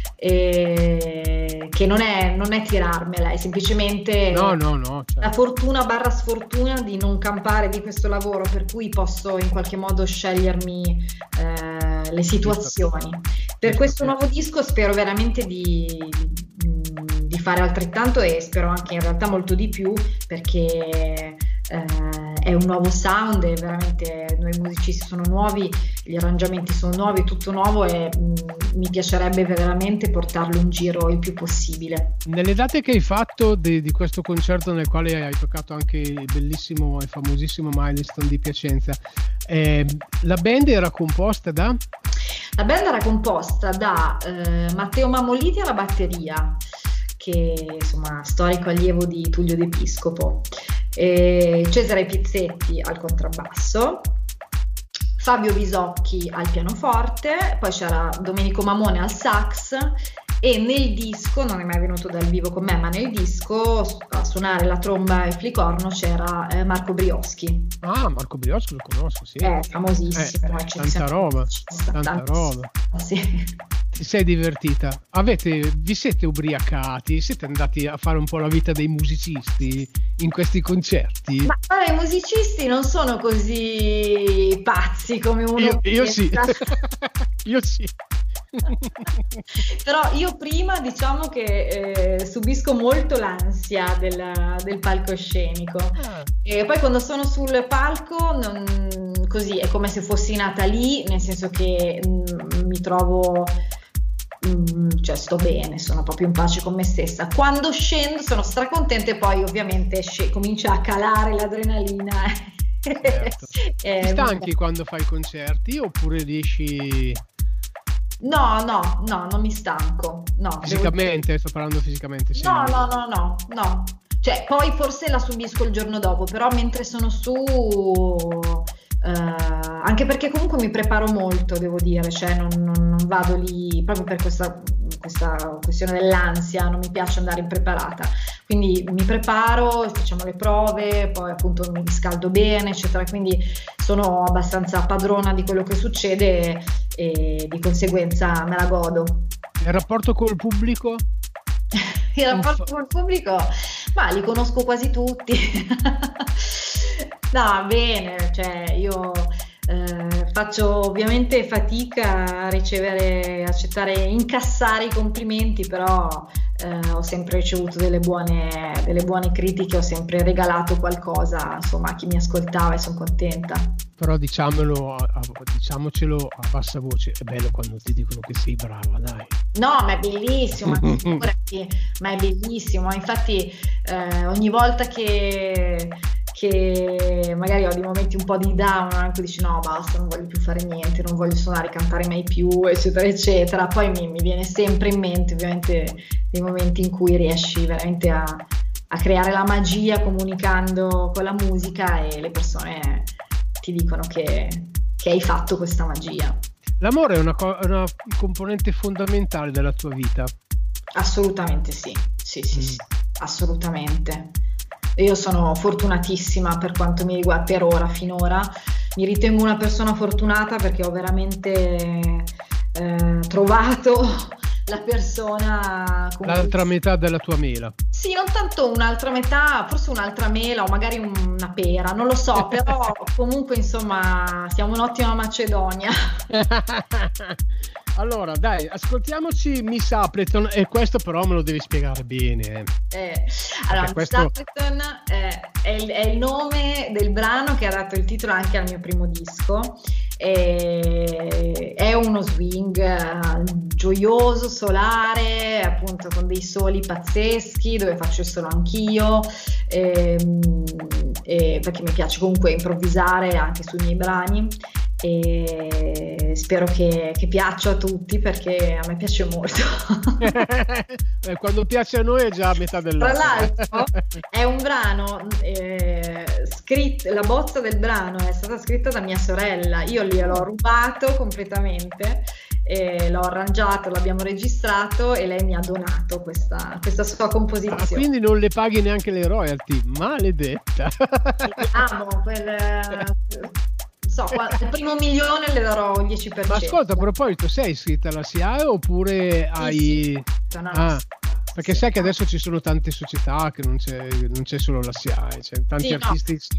[SPEAKER 4] E che non è, non è tirarmela, è semplicemente
[SPEAKER 3] no, no, no, certo.
[SPEAKER 4] La fortuna barra sfortuna di non campare di questo lavoro, per cui posso in qualche modo scegliermi eh, le situazioni. Per questo nuovo disco spero veramente di, di fare altrettanto, e spero anche in realtà molto di più, perché eh, è un nuovo sound, e veramente noi musicisti sono nuovi, gli arrangiamenti sono nuovi, tutto nuovo, e mh, mi piacerebbe veramente portarlo in giro il più possibile.
[SPEAKER 3] Nelle date che hai fatto di, di questo concerto, nel quale hai toccato anche il bellissimo e famosissimo Milestone di Piacenza, eh, la band era composta da?
[SPEAKER 4] La band era composta da eh, Matteo Mamoliti alla batteria, che insomma storico allievo di Tullio D'Episcopo, e Cesare Pizzetti al contrabbasso, Fabio Visocchi al pianoforte, poi c'era Domenico Mamone al sax, e nel disco, non è mai venuto dal vivo con me, ma nel disco a suonare la tromba e il flicorno c'era eh, Marco Brioschi.
[SPEAKER 3] Ah, Marco Brioschi lo conosco, sì.
[SPEAKER 4] È famosissimo.
[SPEAKER 3] Eh, tanta roba, tanta roba.
[SPEAKER 4] Sì.
[SPEAKER 3] Ti sei divertita? Avete, vi siete ubriacati? Siete andati a fare un po' la vita dei musicisti in questi concerti?
[SPEAKER 4] Ma allora, i musicisti non sono così pazzi come uno
[SPEAKER 3] Io, io sì, io sì.
[SPEAKER 4] Però io prima diciamo che eh, subisco molto l'ansia del, del palcoscenico, ah. E poi quando sono sul palco non, così è come se fossi nata lì, nel senso che mh, mi trovo mh, cioè sto bene, sono proprio in pace con me stessa. Quando scendo sono stracontenta, e poi ovviamente sc- comincia a calare l'adrenalina.
[SPEAKER 3] Certo. eh, Ti stanchi quando fai concerti oppure riesci?
[SPEAKER 4] No, no, no, non mi stanco. No,
[SPEAKER 3] fisicamente,
[SPEAKER 4] devo...
[SPEAKER 3] sto parlando fisicamente. Sì.
[SPEAKER 4] No, no, no, no, no. Cioè, poi forse la subisco il giorno dopo, però mentre sono su, eh, anche perché comunque mi preparo molto, devo dire, cioè non, non, non vado lì proprio per questa, questa questione dell'ansia, non mi piace andare impreparata. Quindi mi preparo, facciamo le prove, poi appunto mi riscaldo bene, eccetera. Quindi sono abbastanza padrona di quello che succede e di conseguenza me la godo.
[SPEAKER 3] Il rapporto col pubblico?
[SPEAKER 4] Il rapporto col pubblico? Ma li conosco quasi tutti. No, bene, cioè io eh, faccio ovviamente fatica a ricevere, accettare, incassare i complimenti, però eh, ho sempre ricevuto delle buone, delle buone critiche, ho sempre regalato qualcosa, insomma, a chi mi ascoltava, e sono contenta.
[SPEAKER 3] Però diciamolo, diciamocelo a bassa voce, è bello quando ti dicono che sei brava, dai.
[SPEAKER 4] No, ma è bellissimo, ma, ma è bellissimo, infatti eh, ogni volta che... che magari ho dei momenti un po' di down, anche dici no basta, non voglio più fare niente, non voglio suonare, cantare mai più, eccetera eccetera, poi mi, mi viene sempre in mente ovviamente dei momenti in cui riesci veramente a, a creare la magia comunicando con la musica, e le persone ti dicono che, che hai fatto questa magia.
[SPEAKER 3] L'amore è una, co- una componente fondamentale della tua vita?
[SPEAKER 4] Assolutamente sì, sì sì, mm. sì, assolutamente. Io sono fortunatissima per quanto mi riguarda, per ora, finora. Mi ritengo una persona fortunata perché ho veramente eh, trovato la persona...
[SPEAKER 3] L'altra cui... metà della tua mela.
[SPEAKER 4] Sì, non tanto un'altra metà, forse un'altra mela o magari una pera, non lo so, però comunque insomma siamo un'ottima Macedonia.
[SPEAKER 3] Allora, dai, ascoltiamoci Miss Appleton, e questo però me lo devi spiegare bene.
[SPEAKER 4] Eh, allora, Miss questo... Appleton eh, è, il, è il nome del brano che ha dato il titolo anche al mio primo disco. Eh, è uno swing eh, gioioso, solare, appunto con dei soli pazzeschi, dove faccio il solo anch'io, eh, eh, perché mi piace comunque improvvisare anche sui miei brani. E spero che, che piaccia a tutti, perché a me piace molto.
[SPEAKER 3] Quando piace a noi è già a metà dell'opera.
[SPEAKER 4] Tra l'altro è un brano eh, scritto, la bozza del brano è stata scritta da mia sorella, io gliel'ho rubato completamente, e l'ho arrangiato, l'abbiamo registrato e lei mi ha donato questa, questa sua composizione.
[SPEAKER 3] Ah, quindi non le paghi neanche le royalty, maledetta.
[SPEAKER 4] Amo quel... So, al primo milione le darò il dieci per cento.
[SPEAKER 3] Ma ascolta, a proposito, sei iscritta alla S I A E oppure sì, hai... Sì. No, no,
[SPEAKER 4] ah,
[SPEAKER 3] perché sì, sai che adesso ci sono tante società che non c'è, non c'è solo la S I A E, c'è tanti
[SPEAKER 4] sì,
[SPEAKER 3] artisti
[SPEAKER 4] no.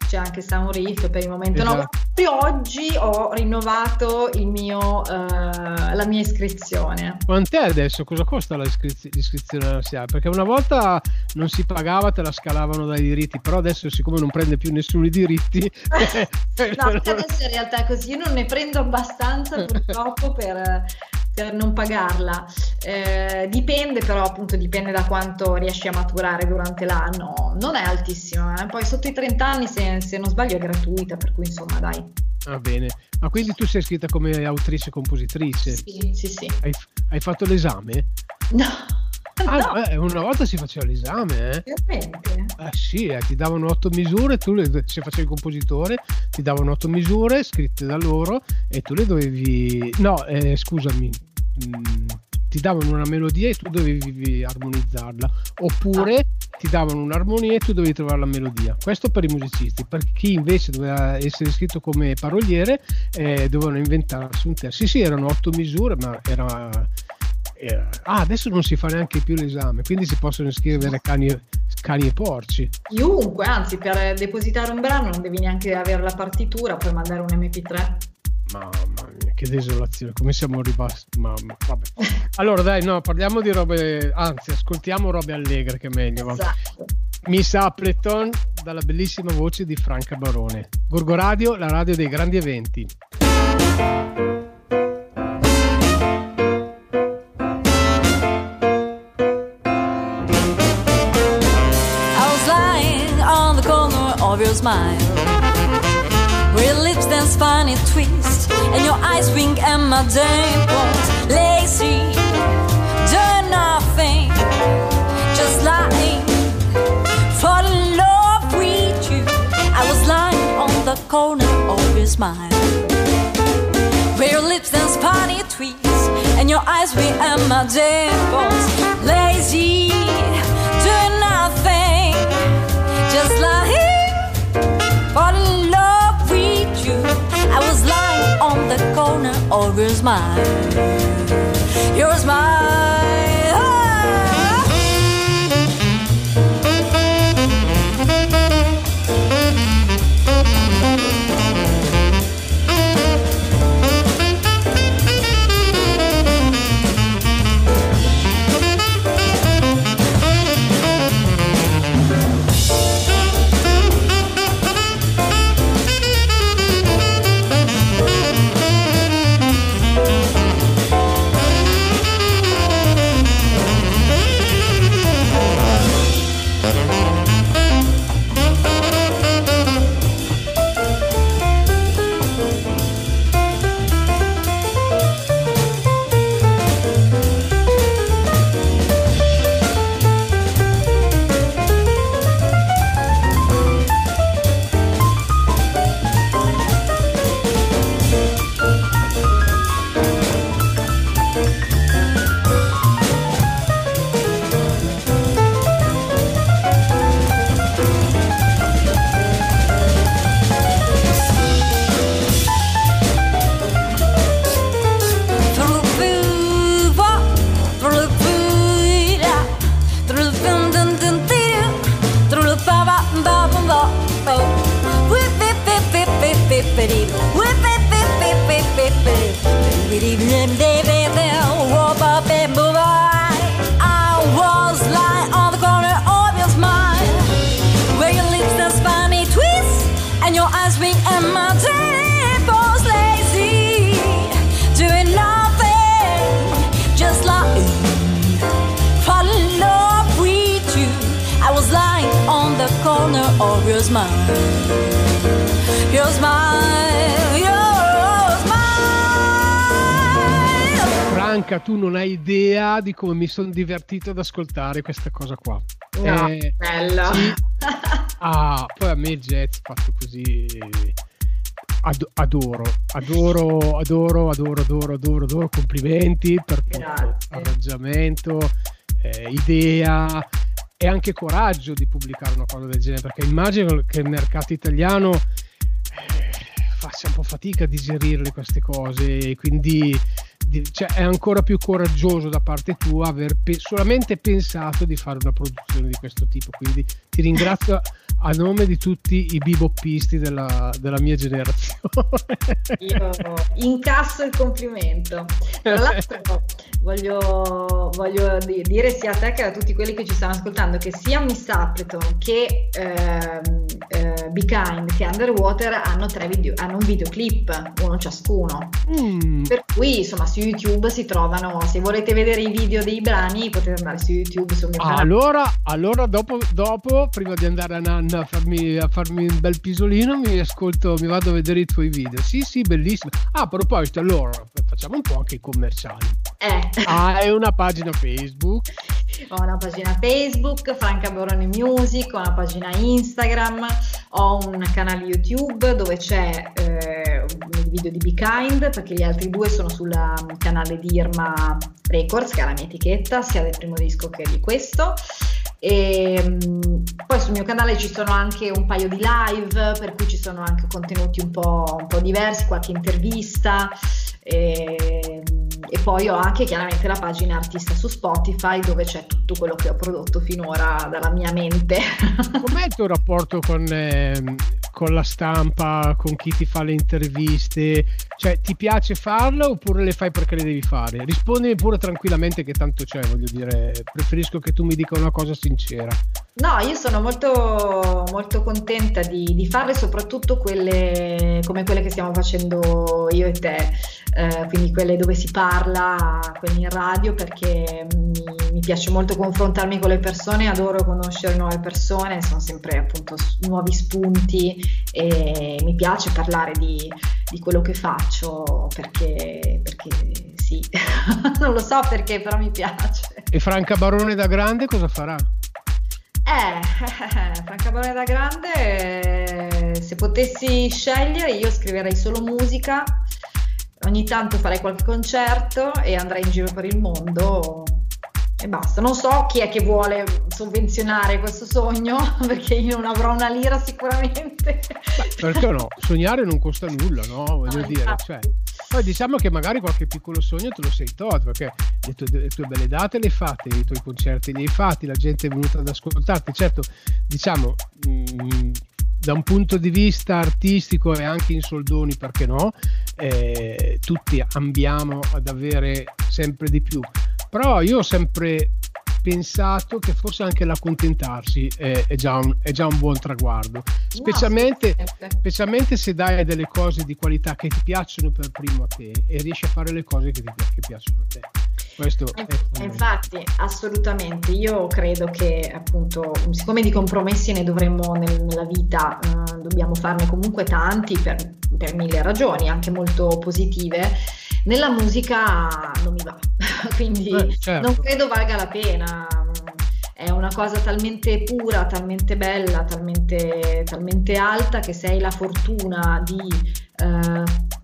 [SPEAKER 4] c'è anche Sound Riff per il momento.
[SPEAKER 3] Esatto.
[SPEAKER 4] No, proprio oggi ho rinnovato il mio, uh, la mia iscrizione.
[SPEAKER 3] Quant'è adesso? Cosa costa l'iscriz- l'iscrizione alla S I A? Perché una volta non si pagava, te la scalavano dai diritti, però adesso siccome non prende più nessuno i diritti...
[SPEAKER 4] No, adesso in realtà è così, io non ne prendo abbastanza purtroppo per... per non pagarla, eh, dipende però appunto dipende da quanto riesci a maturare durante l'anno, non è altissima, eh? Poi sotto i trenta anni se, se non sbaglio è gratuita, per cui insomma dai.
[SPEAKER 3] Va bene, ma quindi tu sei iscritta come autrice e compositrice?
[SPEAKER 4] Sì, sì, sì.
[SPEAKER 3] Hai, hai fatto l'esame?
[SPEAKER 4] No.
[SPEAKER 3] Ah,
[SPEAKER 4] no.
[SPEAKER 3] Beh, una volta si faceva l'esame, eh?
[SPEAKER 4] Veramente?
[SPEAKER 3] Eh sì, eh, ti davano otto misure, tu le, se facevi il compositore ti davano otto misure scritte da loro e tu le dovevi, no, eh, scusami, mh, ti davano una melodia e tu dovevi armonizzarla, oppure ah. ti davano un'armonia e tu dovevi trovare la melodia. Questo per i musicisti. Per chi invece doveva essere iscritto come paroliere, eh, dovevano inventarsi un testo. Sì, sì, erano otto misure, ma era... Ah, adesso non si fa neanche più l'esame, quindi si possono iscrivere cani, cani e porci.
[SPEAKER 4] Chiunque, anzi, per depositare un brano non devi neanche avere la partitura, puoi mandare un emme pi tre.
[SPEAKER 3] Mamma mia, che desolazione, come siamo rimasti. Mamma, vabbè. Allora dai, no, parliamo di robe, anzi, ascoltiamo robe allegre che è meglio.
[SPEAKER 4] Esatto.
[SPEAKER 3] Miss Appleton, dalla bellissima voce di Franca Barone. Gorgo Radio, la radio dei grandi eventi.
[SPEAKER 5] Of your smile, where your lips dance funny twist, and your eyes wink at my dimples. Lazy, doing nothing, just lying, fall in love with you. I was lying on the corner of your smile, where your lips dance funny twist, and your eyes wink at my dimples. Lazy, doing nothing, just lying, fall in love with you. I was lying on the corner of your smile, your smile. Ah. Of your smile, your smile, your smile.
[SPEAKER 3] Franca, tu non hai idea di come mi sono divertito ad ascoltare questa cosa qua.
[SPEAKER 4] No,
[SPEAKER 3] eh,
[SPEAKER 4] bella.
[SPEAKER 3] Sì. Ah, poi a me il jazz fatto così ad- adoro, adoro, adoro, adoro, adoro, adoro, adoro. Complimenti per tutto, arrangiamento, eh, idea e anche coraggio di pubblicare una cosa del genere, perché immagino che il mercato italiano eh, faccia un po' fatica a digerirle queste cose, e quindi di, cioè, è ancora più coraggioso da parte tua aver pe- solamente pensato di fare una produzione di questo tipo, quindi ti ringrazio a nome di tutti i beboppisti della, della mia generazione.
[SPEAKER 4] Io incasso il complimento. Tra l'altro voglio, voglio dire sia a te che a tutti quelli che ci stanno ascoltando che sia Miss Appleton che eh, eh, Be Kind che Underwater hanno tre video, hanno un videoclip, uno ciascuno. Mm. Per cui insomma su YouTube si trovano, se volete vedere i video dei brani potete andare su YouTube sul mio
[SPEAKER 3] ah,
[SPEAKER 4] canale.
[SPEAKER 3] Allora, allora dopo, dopo, prima di andare a Nanna a farmi, a farmi un bel pisolino, mi ascolto, mi vado a vedere i tuoi video. Sì, sì, bellissimo. Ah, a proposito, allora facciamo un po' anche i commerciali.
[SPEAKER 4] Eh.
[SPEAKER 3] Ah, è una pagina Facebook.
[SPEAKER 4] Ho una pagina Facebook, Franca Barone Music, ho una pagina Instagram, ho un canale YouTube dove c'è eh, un video di Be Kind, perché gli altri due sono sul canale di Irma Records, che è la mia etichetta, sia del primo disco che di questo. E poi sul mio canale ci sono anche un paio di live, per cui ci sono anche contenuti un po', un po' diversi, qualche intervista. E, e poi ho anche chiaramente la pagina artista su Spotify dove c'è tutto quello che ho prodotto finora dalla mia mente.
[SPEAKER 3] Com'è il tuo rapporto con, eh, con la stampa, con chi ti fa le interviste? Cioè, ti piace farlo oppure le fai perché le devi fare? Rispondimi pure tranquillamente, che tanto c'è, voglio dire, preferisco che tu mi dica una cosa sincera.
[SPEAKER 4] No, io sono molto, molto contenta di, di farle, soprattutto quelle come quelle che stiamo facendo io e te, eh, quindi quelle dove si parla, quelle in radio, perché mi, mi piace molto confrontarmi con le persone, adoro conoscere nuove persone, sono sempre appunto nuovi spunti e mi piace parlare di, di quello che faccio perché, perché sì, non lo so perché, però mi piace.
[SPEAKER 3] E Franca Barone da grande cosa farà?
[SPEAKER 4] Eh, Franca Barone da grande, eh, se potessi scegliere io scriverei solo musica, ogni tanto farei qualche concerto e andrei in giro per il mondo e basta. Non so chi è che vuole sovvenzionare questo sogno, perché io non avrò una lira sicuramente.
[SPEAKER 3] Beh, perché no? Sognare non costa nulla, no? Voglio no, dire, cioè, poi diciamo che magari qualche piccolo sogno te lo sei tolto, perché le tue, le tue belle date le hai fatte, i tuoi concerti li hai fatti, la gente è venuta ad ascoltarti. Certo, diciamo mh, da un punto di vista artistico e anche in soldoni, perché no, eh, tutti ambiamo ad avere sempre di più, però io ho sempre pensato che forse anche l'accontentarsi è, è, già un, è già un buon traguardo, specialmente, no, specialmente se dai delle cose di qualità che ti piacciono per primo a te e riesci a fare le cose che ti che piacciono a te. Questo
[SPEAKER 4] eh,
[SPEAKER 3] è
[SPEAKER 4] infatti, assolutamente, io credo che appunto, siccome di compromessi ne dovremmo nel, nella vita, eh, dobbiamo farne comunque tanti per, per mille ragioni, anche molto positive. Nella musica non mi va, quindi eh, certo. Non credo valga la pena. È una cosa talmente pura, talmente bella, talmente, talmente alta, che se hai la fortuna di eh,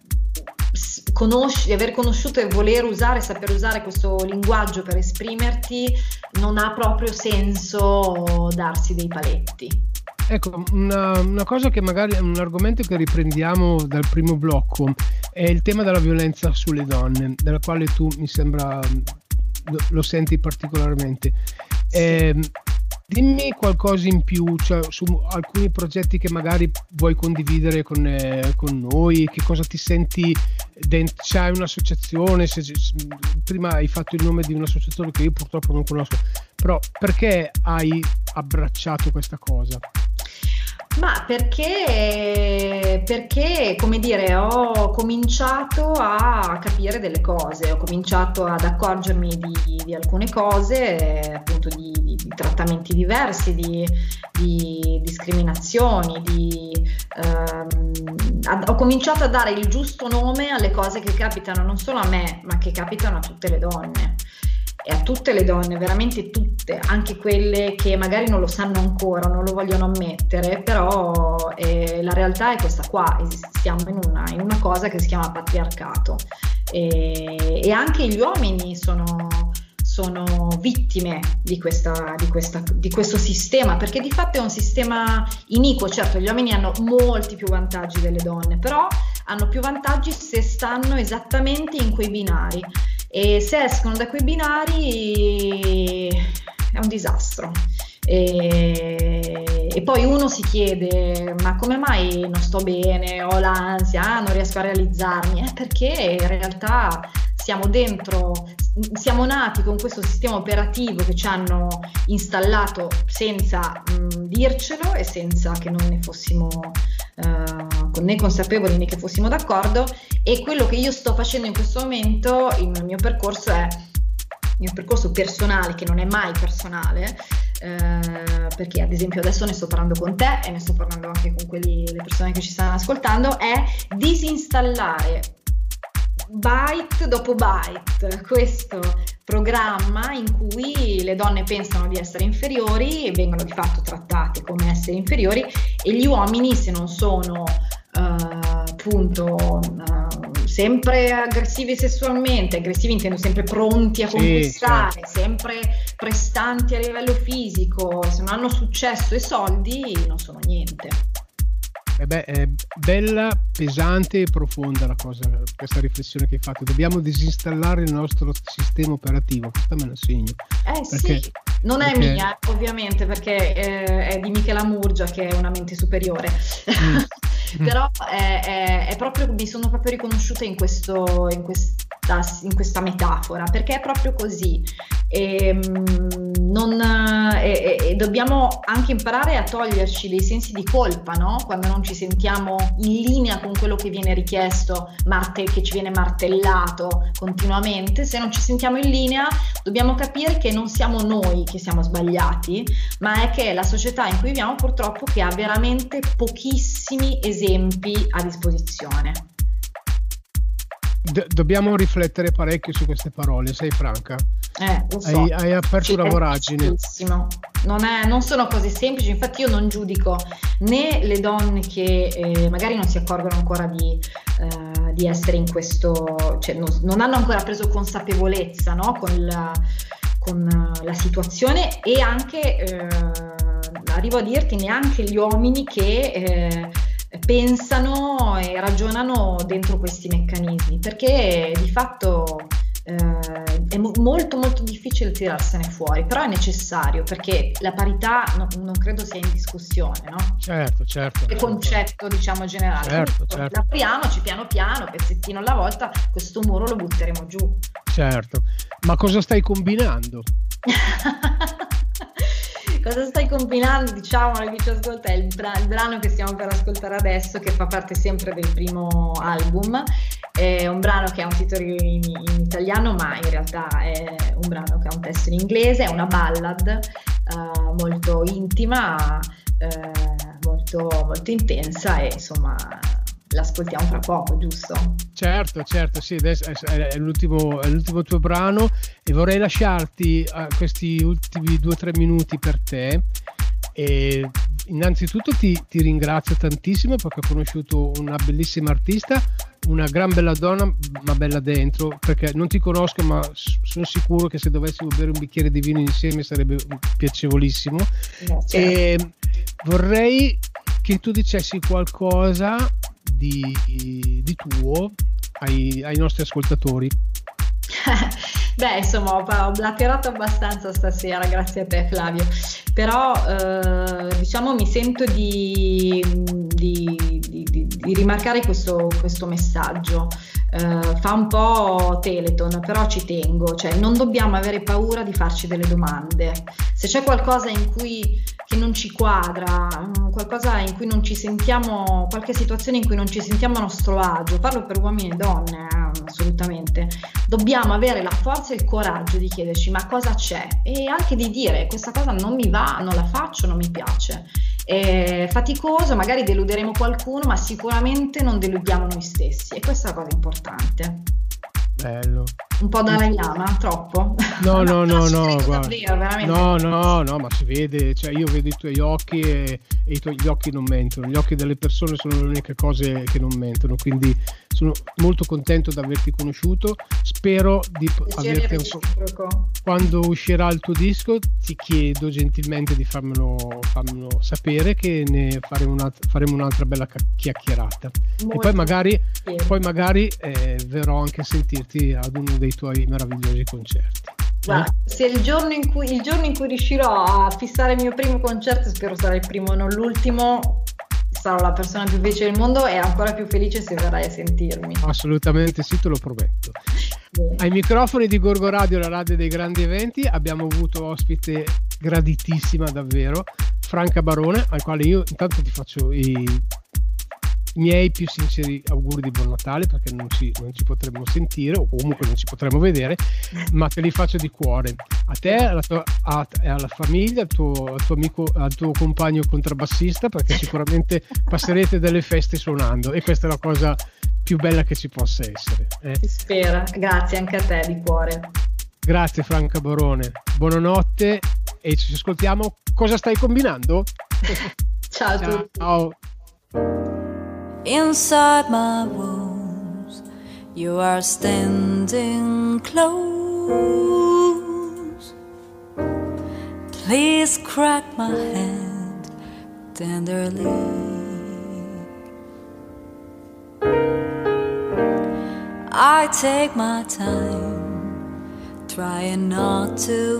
[SPEAKER 4] conosci, di aver conosciuto e voler usare, saper usare questo linguaggio per esprimerti, non ha proprio senso darsi dei paletti.
[SPEAKER 3] Ecco, una, una cosa che magari è un argomento che riprendiamo dal primo blocco è il tema della violenza sulle donne, della quale tu mi sembra lo, lo senti particolarmente. Sì. Eh, dimmi qualcosa in più, cioè su alcuni progetti che magari vuoi condividere con, eh, con noi, che cosa ti senti dentro, c'hai un'associazione, se, prima hai fatto il nome di un'associazione che io purtroppo non conosco, però perché hai abbracciato questa cosa?
[SPEAKER 4] Ma perché, perché, come dire, ho cominciato a capire delle cose, ho cominciato ad accorgermi di, di alcune cose, appunto di, di, di trattamenti diversi, di, di discriminazioni, di, ehm, ad, ho cominciato a dare il giusto nome alle cose che capitano non solo a me, ma che capitano a tutte le donne. E a tutte le donne, veramente tutte, anche quelle che magari non lo sanno ancora, non lo vogliono ammettere, però eh, la realtà è questa qua, siamo in una, in una cosa che si chiama patriarcato e, e anche gli uomini sono, sono vittime di, questa, di, questa, di questo sistema, perché di fatto è un sistema iniquo. Certo, gli uomini hanno molti più vantaggi delle donne, però hanno più vantaggi se stanno esattamente in quei binari. E se escono da quei binari è un disastro e, e poi uno si chiede: ma come mai non sto bene, ho l'ansia, ah, non riesco a realizzarmi? È perché in realtà siamo dentro, siamo nati con questo sistema operativo che ci hanno installato senza mh, dircelo e senza che noi ne fossimo uh, né consapevoli né che fossimo d'accordo, e quello che io sto facendo in questo momento, il mio percorso è il mio percorso personale, che non è mai personale, eh, perché ad esempio adesso ne sto parlando con te e ne sto parlando anche con quelli, le persone che ci stanno ascoltando, è disinstallare byte dopo byte questo programma in cui le donne pensano di essere inferiori e vengono di fatto trattate come esseri inferiori, e gli uomini, se non sono uh, appunto uh, sempre aggressivi sessualmente, aggressivi intendo sempre pronti a conquistare, sì, certo, sempre prestanti a livello fisico, se non hanno successo e soldi non sono niente.
[SPEAKER 3] Eh beh, è bella, pesante e profonda la cosa, questa riflessione che hai fatto. Dobbiamo disinstallare il nostro sistema operativo, questa me la segno.
[SPEAKER 4] Eh perché, sì, non è perché... mia ovviamente, perché è, è di Michela Murgia, che è una mente superiore. Mm. Però è, è, è proprio, mi sono proprio riconosciuta in questo, in questa, in questa metafora, perché è proprio così. E, non, e, e dobbiamo anche imparare a toglierci dei sensi di colpa, no? Quando non ci sentiamo in linea con quello che viene richiesto, marte, che ci viene martellato continuamente. Se non ci sentiamo in linea, dobbiamo capire che non siamo noi che siamo sbagliati, ma è che è la società in cui viviamo, purtroppo, che ha veramente pochissimi esempi a disposizione.
[SPEAKER 3] D- dobbiamo riflettere parecchio su queste parole, sei franca?
[SPEAKER 4] Eh, lo so.
[SPEAKER 3] Hai, hai aperto una voragine.
[SPEAKER 4] Non, è, non sono cose semplici, infatti io non giudico né le donne che eh, magari non si accorgono ancora di, eh, di essere in questo, cioè non, non hanno ancora preso consapevolezza, no? con, la, con la situazione, e anche, eh, arrivo a dirti, neanche gli uomini che... Eh, pensano e ragionano dentro questi meccanismi, perché di fatto eh, è mo- molto molto difficile tirarsene fuori, però è necessario, perché la parità no, non credo sia in discussione, no?
[SPEAKER 3] Certo, certo.
[SPEAKER 4] Il concetto, diciamo, generale.
[SPEAKER 3] Certo,
[SPEAKER 4] Quindi,
[SPEAKER 3] certo.
[SPEAKER 4] Lavoriamoci piano piano, pezzettino alla volta, questo muro lo butteremo giù.
[SPEAKER 3] Certo, ma cosa stai combinando?
[SPEAKER 4] Cosa stai combinando? Diciamolo, chi ci ascolta, è il, bra- il brano che stiamo per ascoltare adesso, che fa parte sempre del primo album. È un brano che ha un titolo in, in italiano, ma in realtà è un brano che ha un testo in inglese, è una ballad uh, molto intima, uh, molto, molto intensa, e insomma l'ascoltiamo fra poco, giusto?
[SPEAKER 3] Certo, certo, sì, adesso è l'ultimo, è l'ultimo tuo brano, e vorrei lasciarti uh, questi ultimi due o tre minuti per te. E innanzitutto ti, ti ringrazio tantissimo, perché ho conosciuto una bellissima artista, una gran bella donna, ma bella dentro, perché non ti conosco, ma sono sicuro che se dovessimo bere un bicchiere di vino insieme sarebbe piacevolissimo.
[SPEAKER 4] Certo.
[SPEAKER 3] E vorrei che tu dicessi qualcosa di, di tuo ai, ai nostri ascoltatori.
[SPEAKER 4] Beh, insomma, ho blatterato abbastanza stasera, grazie a te, Flavio, però eh, diciamo mi sento di, di, di, di, di rimarcare questo, questo messaggio. Uh, fa un po' Teleton, però ci tengo, cioè non dobbiamo avere paura di farci delle domande. Se c'è qualcosa in cui che non ci quadra, qualcosa in cui non ci sentiamo, qualche situazione in cui non ci sentiamo a nostro agio, parlo per uomini e donne, eh, assolutamente, dobbiamo avere la forza e il coraggio di chiederci ma cosa c'è, e anche di dire questa cosa non mi va, non la faccio, non mi piace. È faticoso, magari deluderemo qualcuno, ma sicuramente non deludiamo noi stessi, e questa è la cosa importante.
[SPEAKER 3] Bello.
[SPEAKER 4] Un po' Dalai Lama, troppo?
[SPEAKER 3] No, no, no, no,
[SPEAKER 4] no,
[SPEAKER 3] guarda.
[SPEAKER 4] davvero,
[SPEAKER 3] no, no, no, ma si vede, cioè io vedo i tuoi occhi e, e i tuoi gli occhi non mentono, gli occhi delle persone sono le uniche cose che non mentono, quindi sono molto contento di averti conosciuto, spero di averti ancora. Quando uscirà il tuo disco ti chiedo gentilmente di farmelo, farmelo sapere, che ne faremo, una, faremo un'altra bella chiacchierata. Molto e poi magari, poi magari eh, verrò anche a sentirti ad uno dei tuoi meravigliosi concerti.
[SPEAKER 4] Guarda, se il giorno in cui il giorno in cui riuscirò a fissare il mio primo concerto, spero sarà il primo, non l'ultimo, sarò la persona più felice del mondo e ancora più felice se verrai a sentirmi.
[SPEAKER 3] Assolutamente sì, te lo prometto. Bene. Ai microfoni di Gorgo Radio, la radio dei grandi eventi, abbiamo avuto ospite graditissima davvero, Franca Barone, al quale io intanto ti faccio i miei più sinceri auguri di buon Natale, perché non ci, non ci potremmo sentire o comunque non ci potremmo vedere, ma te li faccio di cuore a te, alla, tua, a, alla famiglia, al tuo, al tuo amico, al tuo compagno contrabbassista, perché sicuramente passerete delle feste suonando e questa è la cosa più bella che ci possa essere, eh.
[SPEAKER 4] Si spera. Grazie anche a te di cuore.
[SPEAKER 3] Grazie Franca Barone, buonanotte e ci ascoltiamo. Cosa stai combinando?
[SPEAKER 4] Ciao a tutti.
[SPEAKER 3] Ciao.
[SPEAKER 5] Inside my wounds, you are standing close. Please crack my hand tenderly. I take my time, trying not to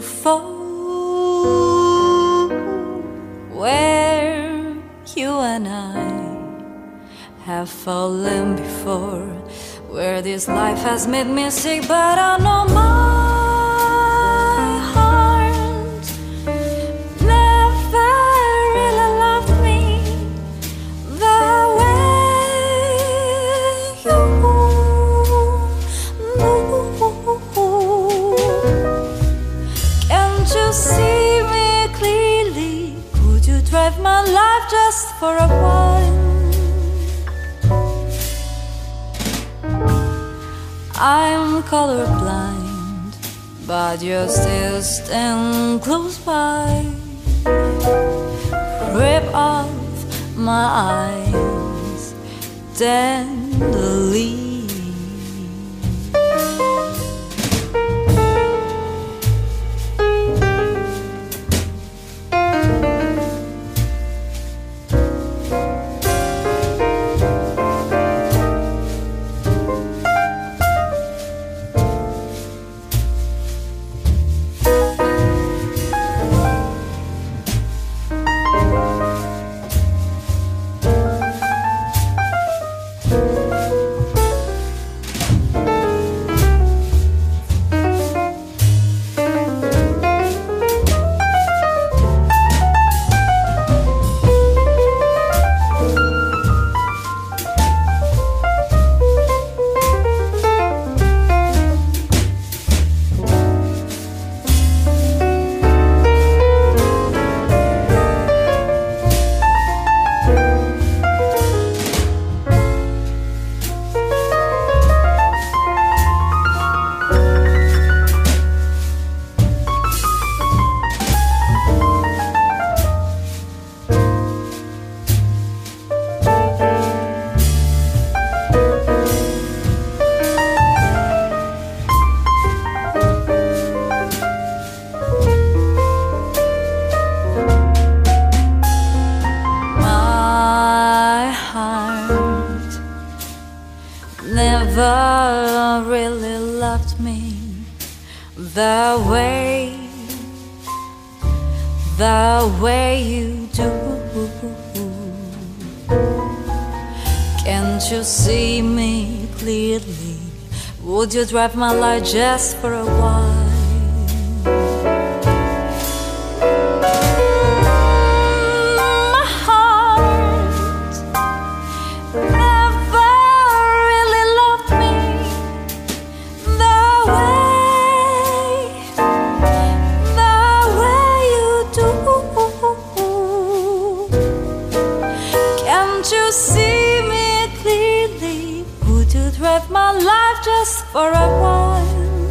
[SPEAKER 5] fall where you and I have fallen before, where this life has made me sick, but I know my heart never really loved me the way you do. Can't you see me clearly? Could you drive my life just for a while? I'm colorblind, but you still stand close by. Rip off my eyes tenderly. The way, the way you do. Can't you see me clearly? Would you drive my life just for a while? For a while,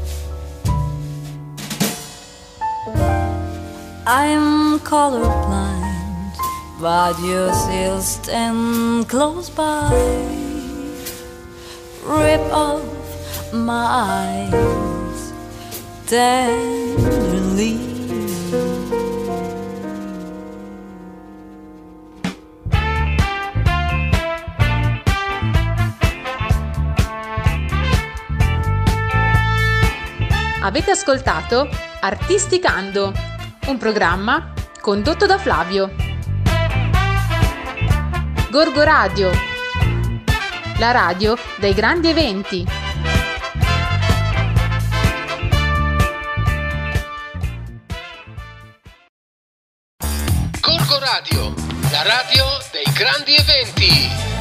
[SPEAKER 5] I'm colorblind, but you still stand close by. Rip off my eyes tenderly.
[SPEAKER 2] Avete ascoltato Artisticando, un programma condotto da Flavio. Gorgo Radio, la radio dei grandi eventi.
[SPEAKER 1] Gorgo Radio, la radio dei grandi eventi.